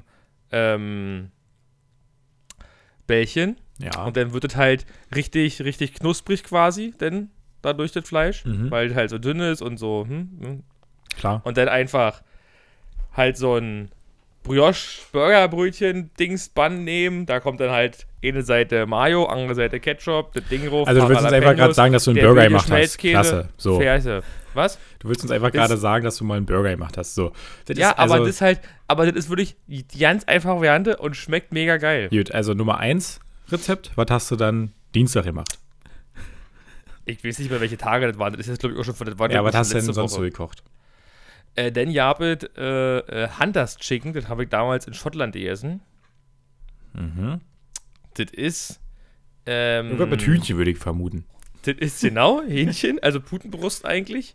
Bällchen. Ja. Und dann wird es halt richtig, richtig knusprig quasi, denn dadurch das Fleisch, weil es halt so dünn ist und so. Klar. Und dann einfach halt so ein Brioche-Burgerbrötchen-Dings-Bun nehmen. Da kommt dann halt eine Seite Mayo, andere Seite Ketchup, das Ding drauf. Also du willst uns einfach gerade sagen, dass du einen Burger gemacht hast. Klasse. So. Was? Du willst uns einfach gerade sagen, dass du mal einen Burger gemacht hast. So. Ja, aber das ist wirklich die ganz einfache Variante und schmeckt mega geil. Gut, also Nummer 1 Rezept. Was hast du dann Dienstag gemacht? Ich weiß nicht mehr, welche Tage das waren. Das ist jetzt, glaube ich, auch schon von der Ja, was hast du denn sonst so gekocht? Dann jabet Hunters Chicken, das habe ich damals in Schottland gegessen. Das ist Irgendwas mit Hühnchen, würde ich vermuten. Das ist genau Hähnchen, also Putenbrust eigentlich.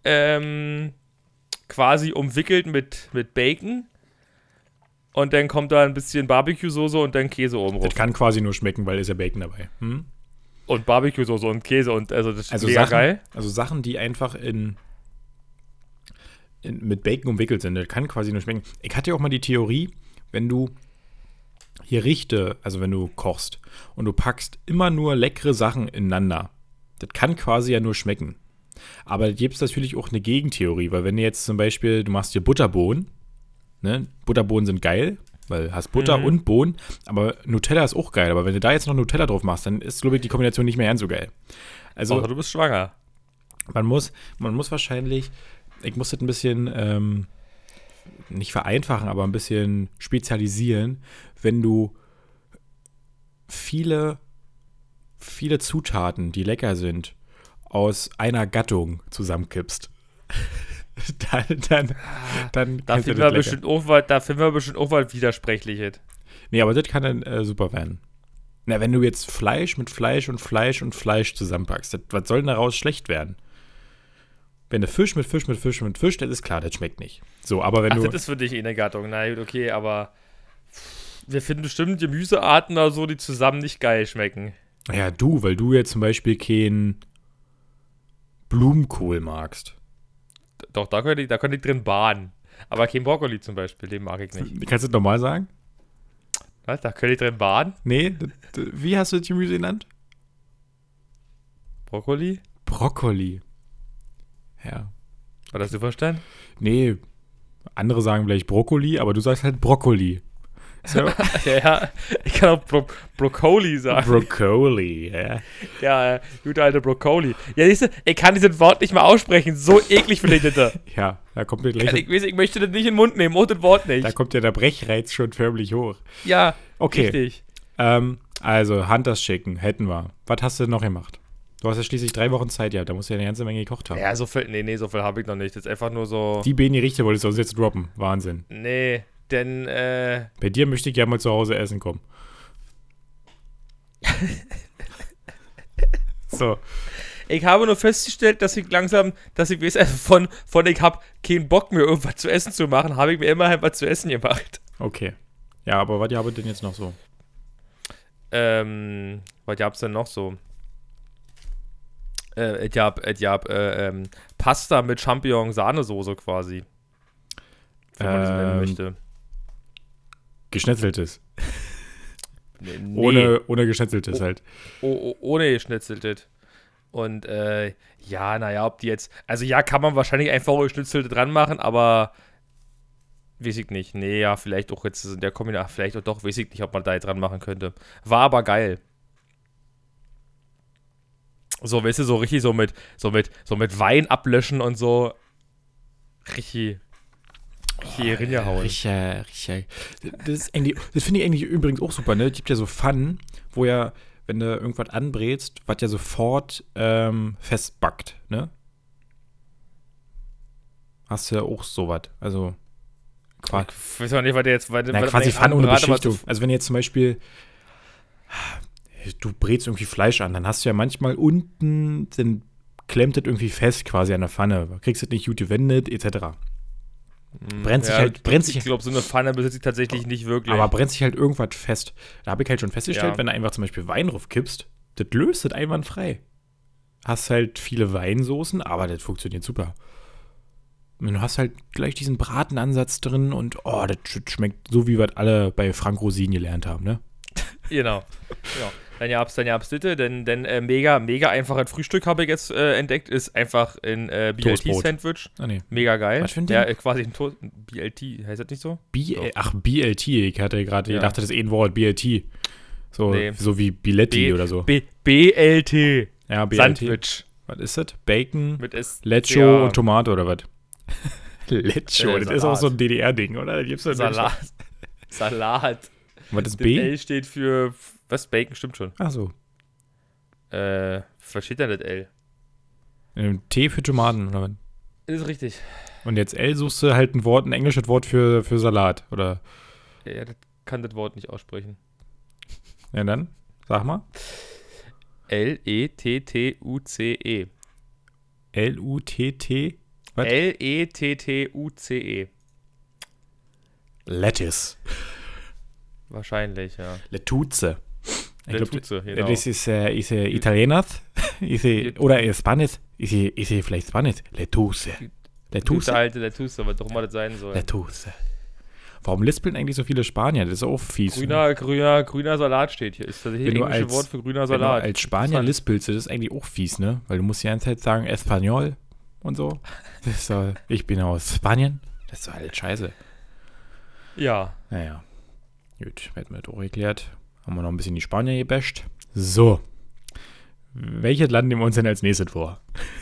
Quasi umwickelt mit Bacon. Und dann kommt da ein bisschen Barbecue-Soße und dann Käse oben drauf. Das kann quasi nur schmecken, weil ist ja Bacon dabei. Und Barbecue-Soße und Käse und das ist mega geil. Also Sachen, die einfach mit Bacon umwickelt sind, das kann quasi nur schmecken. Ich hatte ja auch mal die Theorie, wenn du hier also wenn du kochst und du packst immer nur leckere Sachen ineinander, das kann quasi ja nur schmecken. Aber da gibt es natürlich auch eine Gegentheorie, weil wenn du jetzt zum Beispiel, du machst dir Butterbohnen, ne? Butterbohnen sind geil, weil du hast Butter und Bohnen, aber Nutella ist auch geil, aber wenn du da jetzt noch Nutella drauf machst, dann ist, glaube ich, die Kombination nicht mehr ganz so geil. Also, du bist schwanger. Man muss wahrscheinlich, ich muss das ein bisschen, nicht vereinfachen, aber ein bisschen spezialisieren, wenn du viele Zutaten, die lecker sind, aus einer Gattung zusammenkippst. dann da finden wir bestimmt auch was Widersprechliches. Nee, aber das kann dann super werden. Na, wenn du jetzt Fleisch mit Fleisch und Fleisch und Fleisch zusammenpackst, was soll denn daraus schlecht werden? Wenn du Fisch mit Fisch mit Fisch mit Fisch, das ist klar, das schmeckt nicht. So, aber wenn das ist für dich eine Gattung. Na gut, okay, aber wir finden bestimmt Gemüsearten oder so, die zusammen nicht geil schmecken. Ja, weil du jetzt zum Beispiel keinen Blumenkohl magst. Doch, da könnte ich drin baden. Aber kein Brokkoli zum Beispiel, den mag ich nicht. Kannst du das nochmal sagen? Was, da könnte ich drin baden? Nee, wie hast du das Gemüse genannt? Brokkoli? Brokkoli. Ja. Hat das du verstanden? Nee, andere sagen vielleicht Brokkoli, aber du sagst halt Brokkoli. So. Ja, ich kann auch Brokkoli sagen. Brokkoli, ja. Ja, gute alte Brokkoli. Ja, siehst du, ich kann dieses Wort nicht mal aussprechen. So eklig finde ich das. Ja, da kommt mir gleich. Ich möchte das nicht in den Mund nehmen, das Wort nicht. Da kommt ja der Brechreiz schon förmlich hoch. Ja, okay. Richtig. Also, Hunters Chicken hätten wir. Was hast du noch gemacht? Du hast ja schließlich 3 Wochen Zeit gehabt, da musst du ja eine ganze Menge gekocht haben. Ja, so viel habe ich noch nicht. Das ist einfach nur so. Die Beni-Richte wolltest du uns jetzt droppen. Wahnsinn. Nee, denn, Bei dir möchte ich gerne mal zu Hause essen kommen. So. Ich habe nur festgestellt, dass ich weiß, also von ich habe keinen Bock mehr, irgendwas zu essen zu machen, habe ich mir immer halt was zu essen gemacht. Okay. Ja, aber was habt ihr denn jetzt noch so? Was gab's denn noch so? Ich hab Pasta mit Champignon-Sahnesoße quasi. Wenn man das nennen möchte. Geschnetzeltes. Nee. Ohne geschnetzeltes halt. Ohne geschnetzeltes. Und ob die jetzt, also ja, kann man wahrscheinlich einfach ohne geschnetzelte dran machen, aber weiß ich nicht. Nee, ja, vielleicht auch jetzt in der Kombination, vielleicht auch doch, weiß ich nicht, ob man da jetzt dran machen könnte. War aber geil. So, weißt du, so richtig so mit Wein ablöschen und so. Richtig reingehauen. Richtig. Das finde ich eigentlich übrigens auch super, ne? Es gibt ja so Pfannen, wo ja, wenn du irgendwas anbrätst, was ja sofort festbackt, ne? Hast du ja auch sowas. Also, quasi. Ich weiß auch nicht, was der jetzt. Quasi Pfanne ohne Beschichtung. Also, wenn jetzt zum Beispiel du brätst irgendwie Fleisch an, dann hast du ja manchmal unten, dann klemmt das irgendwie fest quasi an der Pfanne. Kriegst das nicht gut gewendet, etc. Ich glaube, so eine Pfanne besitze ich tatsächlich nicht wirklich. Aber brennt sich halt irgendwas fest. Da habe ich halt schon festgestellt, wenn du einfach zum Beispiel Wein drauf kippst, das löst das einwandfrei. Hast halt viele Weinsoßen, aber das funktioniert super. Und du hast halt gleich diesen Bratenansatz drin und das schmeckt so, wie wir alle bei Frank Rosin gelernt haben, ne? Genau. Dann gab's Ditte, denn mega einfaches Frühstück habe ich jetzt entdeckt, ist einfach ein BLT-Sandwich. Ah, nee. Mega geil. Was für ein Ding? Ja, quasi ein Toast. BLT, heißt das nicht so? BLT, ich hatte gerade gedacht, das ist ein Wort, BLT. So, nee. So wie Biletti oder so. BLT. Ja, BLT. Sandwich. Was ist das? Bacon, mit Lecho und Tomate oder was? Lecho, das ist auch so ein DDR-Ding, oder? Da gibt's Salat. Was ist B? L steht für, was? Bacon, stimmt schon. Ach so. Was steht da das L? T für Tomaten, oder was? Ist richtig. Und jetzt L suchst du halt ein englisches Wort für Salat, oder? Ja, das kann das Wort nicht aussprechen. Ja, dann, sag mal. L-E-T-T-U-C-E. L-U-T-T? Was? L-E-T-T-U-C-E. Lettuce. Wahrscheinlich, ja. Lettuce. Lettuce, genau. Das ist Italieners. Oder Spanisch. Ist vielleicht Spanisch. Lettuce. Lettuce? Alte Lettuce, was auch immer das sein soll. Lettuce. Warum lispeln eigentlich so viele Spanier? Das ist auch fies. Grüner Salat steht hier. Ist das englische Wort für grüner Salat. Als Spanier lispelst, das ist eigentlich auch fies, ne? Weil du musst die ganze Zeit sagen, Español und so. Das ist so, ich bin aus Spanien. Das ist so halt scheiße. Ja. Naja. Gut, werden wir das auch erklärt. Haben wir noch ein bisschen die Spanier gebasht. So. Welches Land nehmen wir uns denn als nächstes vor?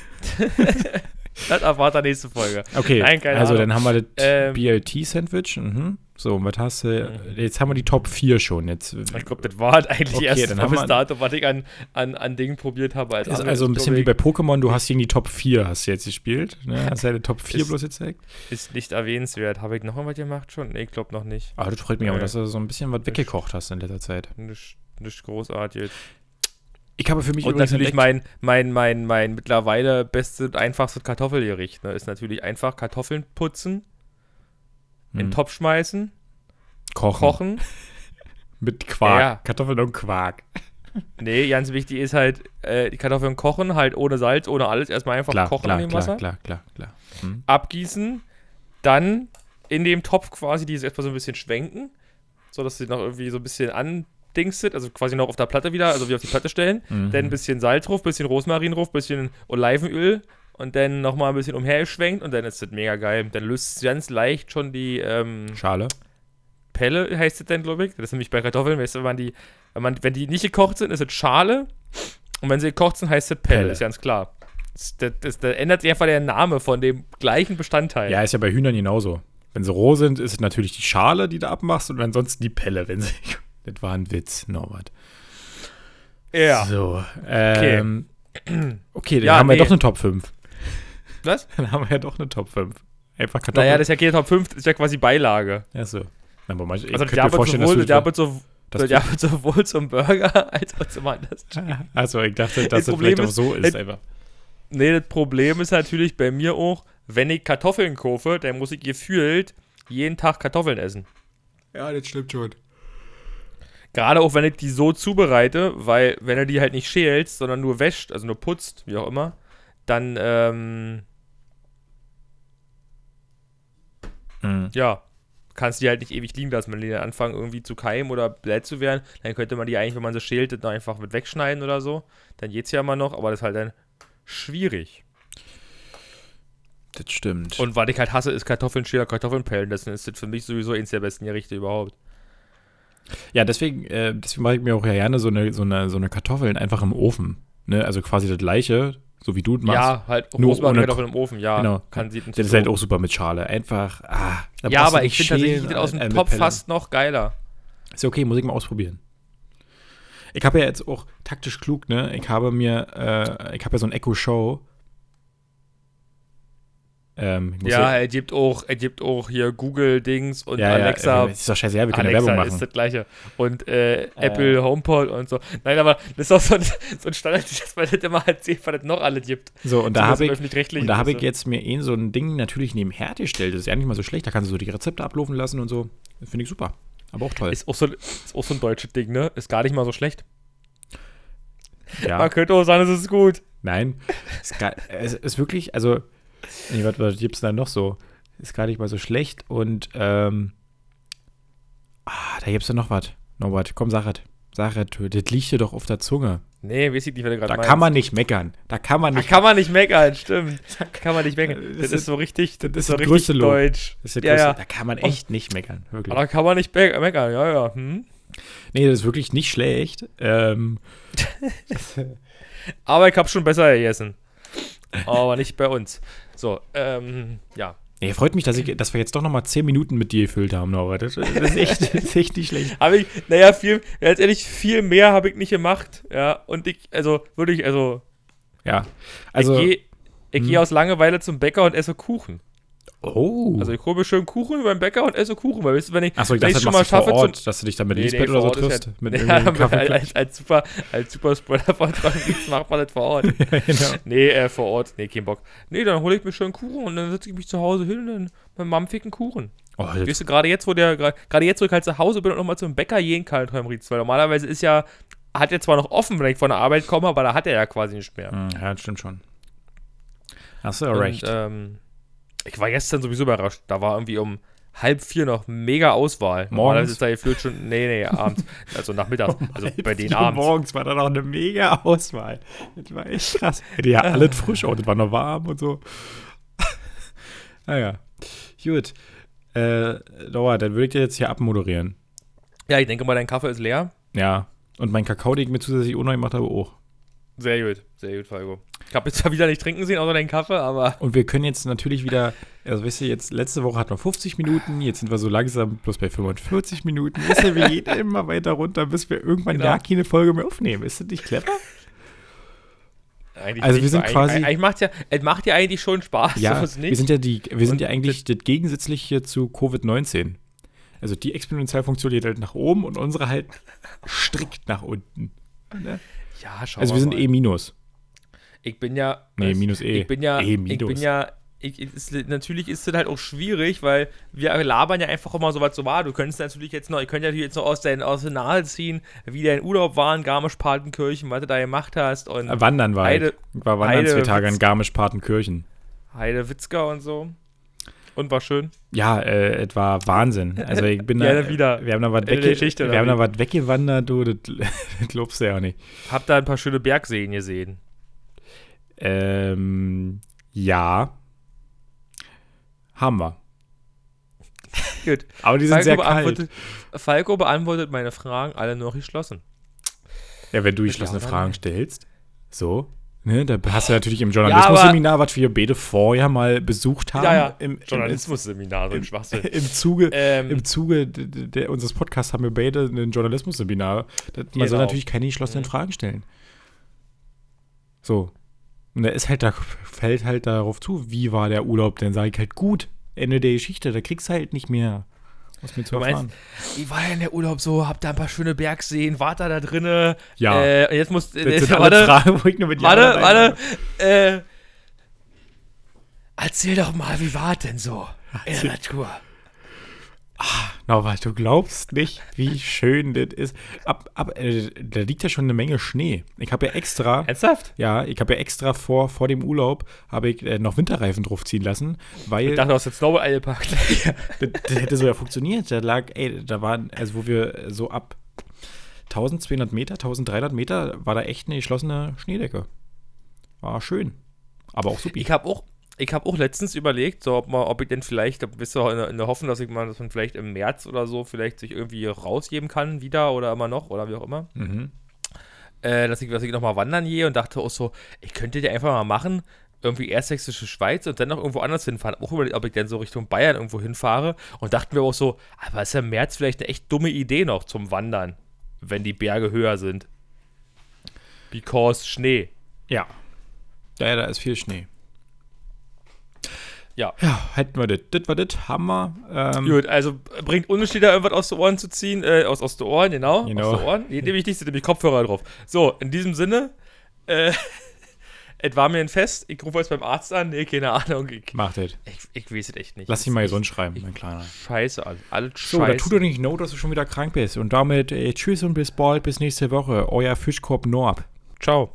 Das erwartet die nächste Folge. Okay, nein, keine Ahnung. Dann haben wir das BLT-Sandwich. Mhm. So, und was hast du? Jetzt haben wir die Top 4 schon. Jetzt, ich glaube, das war halt eigentlich erst bis dato, was ich an Dingen probiert habe. Ist also ein bisschen wie bei Pokémon, du hast gegen die Top 4 hast du jetzt gespielt. Ne? Hast du deine Top 4 bloß gezeigt? Ist nicht erwähnenswert. Habe ich noch irgendwas gemacht schon? Nee, ich glaube noch nicht. Aber das freut mich auch, dass du so ein bisschen was weggekocht hast in letzter Zeit. Nicht großartig. Ich habe für mich und natürlich mein mittlerweile beste und einfachste Kartoffelgericht, ne, ist natürlich einfach Kartoffeln putzen, in den Topf schmeißen, kochen. Mit Quark. Ja. Kartoffeln und Quark. Nee, ganz wichtig ist halt, die Kartoffeln kochen, halt ohne Salz, ohne alles, erstmal einfach kochen in dem Wasser. Klar. Abgießen, dann in dem Topf quasi dieses erstmal so ein bisschen schwenken, sodass sie noch irgendwie so ein bisschen andingstet, also quasi noch auf der Platte wieder, also wieder auf die Platte stellen, dann ein bisschen Salz drauf, bisschen Rosmarin drauf, bisschen Olivenöl und dann nochmal ein bisschen umhergeschwenkt und dann ist das mega geil. Dann löst es ganz leicht schon die Schale. Pelle heißt das dann, glaube ich. Das ist nämlich bei Kartoffeln, weißt du, wenn die nicht gekocht sind, ist es Schale und wenn sie gekocht sind, heißt es Pelle, ist ganz klar. Da ändert sich einfach der Name von dem gleichen Bestandteil. Ja, ist ja bei Hühnern genauso. Wenn sie roh sind, ist es natürlich die Schale, die du abmachst und ansonsten die Pelle, wenn sie... Das war ein Witz, Norbert. Ja. So, okay, dann haben wir doch eine Top 5. Was? Dann haben wir ja doch eine Top 5. Einfach Kartoffeln. Naja, das ist ja keine Top 5, das ist ja quasi Beilage. Achso. Aber ich also könnte mir vorstellen, sowohl zum Burger als auch zum anderen. Also ich dachte, dass das vielleicht auch so ist einfach. Nee, das Problem ist natürlich bei mir auch, wenn ich Kartoffeln kaufe, dann muss ich gefühlt jeden Tag Kartoffeln essen. Ja, das stimmt schon. Gerade auch, wenn ich die so zubereite, weil wenn du die halt nicht schälst, sondern nur wäscht, also nur putzt, wie auch immer, dann, ja, kannst du die halt nicht ewig liegen lassen. Wenn die dann anfangen irgendwie zu keimen oder bläh zu werden, dann könnte man die eigentlich, wenn man sie schält, dann einfach mit wegschneiden oder so. Dann geht's ja immer noch, aber das ist halt dann schwierig. Das stimmt. Und was ich halt hasse, ist Kartoffeln schälen, Kartoffeln pellen. Das ist für mich sowieso eins der besten Gerichte überhaupt. Ja, deswegen mache ich mir auch gerne so eine Kartoffeln einfach im Ofen. Ne? Also quasi das Gleiche, so wie du es machst. Ja, halt nur Rosmarin ohne Kartoffeln im Ofen, ja. Genau. Das ist halt auch super mit Schale. Einfach, da ja, brauchst du aber nicht ich finde tatsächlich schälen, das aus dem mit Topf Pellen. fast noch geiler. Ist ja okay, muss ich mal ausprobieren. Ich habe ja jetzt auch taktisch klug, ne? Ich habe ja so ein Echo Show. Er gibt auch hier Google-Dings und ja, Alexa. Ist doch scheiße, ja, wir können Alexa Werbung machen. ist das Gleiche. Und Apple HomePod und so. Nein, aber das ist auch so ein Standard, dass man das immer erzählt, was es noch alle gibt. So, und da habe ich ich jetzt mir so ein Ding natürlich nebenher gestellt. Das ist ja nicht mal so schlecht. Da kannst du so die Rezepte ablaufen lassen und so. Das finde ich super. Aber auch toll. Ist auch so ein deutsches Ding, ne? Ist gar nicht mal so schlecht. Ja. Man könnte auch sagen, es ist gut. Nein. Es ist wirklich, also, nee, was gibt es da noch so? Ist gar nicht mal so schlecht und, da gibt es ja noch was. Norbert, komm, sag es. Das liegt dir doch auf der Zunge. Nee, weiß ich nicht, was du gerade meinst. Da kann man nicht meckern. Da kann man nicht meckern, stimmt. Da kann man nicht meckern. Das ist so richtig, das ist so richtig deutsch. Das ist ja. Da kann man echt nicht meckern, wirklich. Da kann man nicht meckern, ja. Nee, das ist wirklich nicht schlecht. Aber ich habe schon besser gegessen. Aber nicht bei uns. So, ja. Nee, freut mich, dass wir jetzt doch nochmal 10 Minuten mit dir gefüllt haben, Norbert. Das ist echt nicht schlecht. Viel mehr habe ich nicht gemacht. Ja, und Ja, also. Ich gehe aus Langeweile zum Bäcker und esse Kuchen. Oh. Also ich hole mir schön Kuchen beim Bäcker und esse Kuchen, weil weißt du, wenn ich Achso, ich dachte, schon mal schaffe, dass du dich dann mit Lisbeth oder so triffst. Mit als super Spoiler von Lies macht man das vor Ort. Ja, genau. Nee, vor Ort. Nee, kein Bock. Nee, dann hole ich mir schön Kuchen und dann setze ich mich zu Hause hin und dann beim mampfigen Kuchen. Oh, weißt du, gerade jetzt, wo ich halt zu Hause bin und nochmal zum Bäcker gehen kann, weil normalerweise hat er zwar noch offen, wenn ich von der Arbeit komme, aber da hat er ja quasi nicht mehr. Ja, das stimmt schon. Hast du ja recht. Ich war gestern sowieso überrascht. Da war irgendwie um 3:30 noch mega Auswahl. Morgens? Ist da gefüllt schon. Nee, abends. Also nachmittags. Also bei denen abends. Morgens war da noch eine mega Auswahl. Das war echt krass. Ja, alles frisch auch. Das war noch warm und so. Naja. Gut. Dauer, dann würde ich dir jetzt hier abmoderieren. Ja, ich denke mal, dein Kaffee ist leer. Ja. Und mein Kakao, den ich mir zusätzlich neu gemacht habe, auch. Sehr gut, Falco. Ich habe jetzt zwar wieder nicht trinken sehen, außer deinen Kaffee, aber. Und wir können jetzt natürlich wieder, also weißt du, jetzt letzte Woche hatten wir 50 Minuten, jetzt sind wir so langsam bloß bei 45 Minuten. Weißt du, wir gehen immer weiter runter, bis wir irgendwann gar keine Folge mehr aufnehmen. Ist das nicht clever? Eigentlich also nicht, wir sind quasi. Es macht ja eigentlich schon Spaß. Ja, so nicht. wir sind ja eigentlich das Gegensätzliche zu Covid-19. Also die Exponentialfunktion geht halt nach oben und unsere halt strikt nach unten. Ne? Ja, schau also wir sind mal. minus. Ich bin ja. Nee, minus Natürlich ist das halt auch schwierig, weil wir labern ja einfach immer so was so war. Du könntest natürlich jetzt noch aus der Nase ziehen, wie dein Urlaub war in Garmisch-Partenkirchen, was du da gemacht hast. Und Wandern war ich. Ich war wandern 2 Tage in Garmisch-Partenkirchen. Heidewitzka und so. Und war schön. Ja, es war Wahnsinn. Also ich bin ja, wieder. Wir haben da was weggewandert, du, das glaubst du ja auch nicht. Hab da ein paar schöne Bergseen gesehen. Ja. Haben wir. Gut. Aber die sind sehr kalt. Falco beantwortet meine Fragen alle nur noch geschlossen. Ja, wenn du geschlossene Fragen stellst, so, ne, da hast du natürlich im Journalismus-Seminar, was wir beide vorher mal besucht haben. Ja. Journalismus-Seminar, so ein Schwachsinn. Im Zuge unseres Podcasts haben wir beide ein Journalismus-Seminar. Man soll natürlich keine geschlossenen Fragen stellen. So. Und da fällt halt darauf zu, wie war der Urlaub, dann sage ich halt gut, Ende der Geschichte, da kriegst du halt nicht mehr was mir zu erfahren. Wie war denn der Urlaub so? Habt da ein paar schöne Bergseen, wart da drinne? Ja. Jetzt musst das sind alle Fragen, wo ich nur mit Warte. Erzähl doch mal, wie war denn so in der Natur? Aber du glaubst nicht, wie schön das ist. Da liegt ja schon eine Menge Schnee. Ich habe ja extra, Ernsthaft? vor dem Urlaub habe ich noch Winterreifen draufziehen lassen, weil Ich dachte, du hast jetzt Snowball eingepackt. das hätte so ja funktioniert. Da waren, also wo wir so ab 1200 Meter, 1300 Meter war da echt eine geschlossene Schneedecke. War schön. Aber auch super. Ich hab auch letztens überlegt, so, ob ich denn vielleicht, bist du in der Hoffnung, dass man vielleicht im März oder so vielleicht sich irgendwie rausgeben kann, wieder oder immer noch oder wie auch immer. Mhm. Dass ich nochmal wandern gehe und dachte auch so, ich könnte die einfach mal machen, irgendwie erst Sächsische Schweiz und dann noch irgendwo anders hinfahren. Auch überlegt, ob ich dann so Richtung Bayern irgendwo hinfahre und dachten wir auch so, aber ist ja im März vielleicht eine echt dumme Idee noch zum Wandern, wenn die Berge höher sind. Because Schnee. Ja. Ja, da ist viel Schnee. Ja. Ja, hätten wir das. Das war das. Hammer. Gut, also bringt Unterschied da irgendwas aus den Ohren zu ziehen. Aus den Ohren, genau. Aus den Ohren. Nee, nehme ich nicht, sind nämlich Kopfhörer drauf. So, in diesem Sinne, es war mir ein Fest. Ich rufe jetzt beim Arzt an. Nee, keine Ahnung. Macht das. Ich weiß es echt nicht. Lass ihn mal gesund schreiben, mein Kleiner. Scheiße, alles So, scheiße. da tut doch nicht not, dass du schon wieder krank bist. Und damit tschüss und bis bald, bis nächste Woche. Euer Fischkorb Norb. Ciao.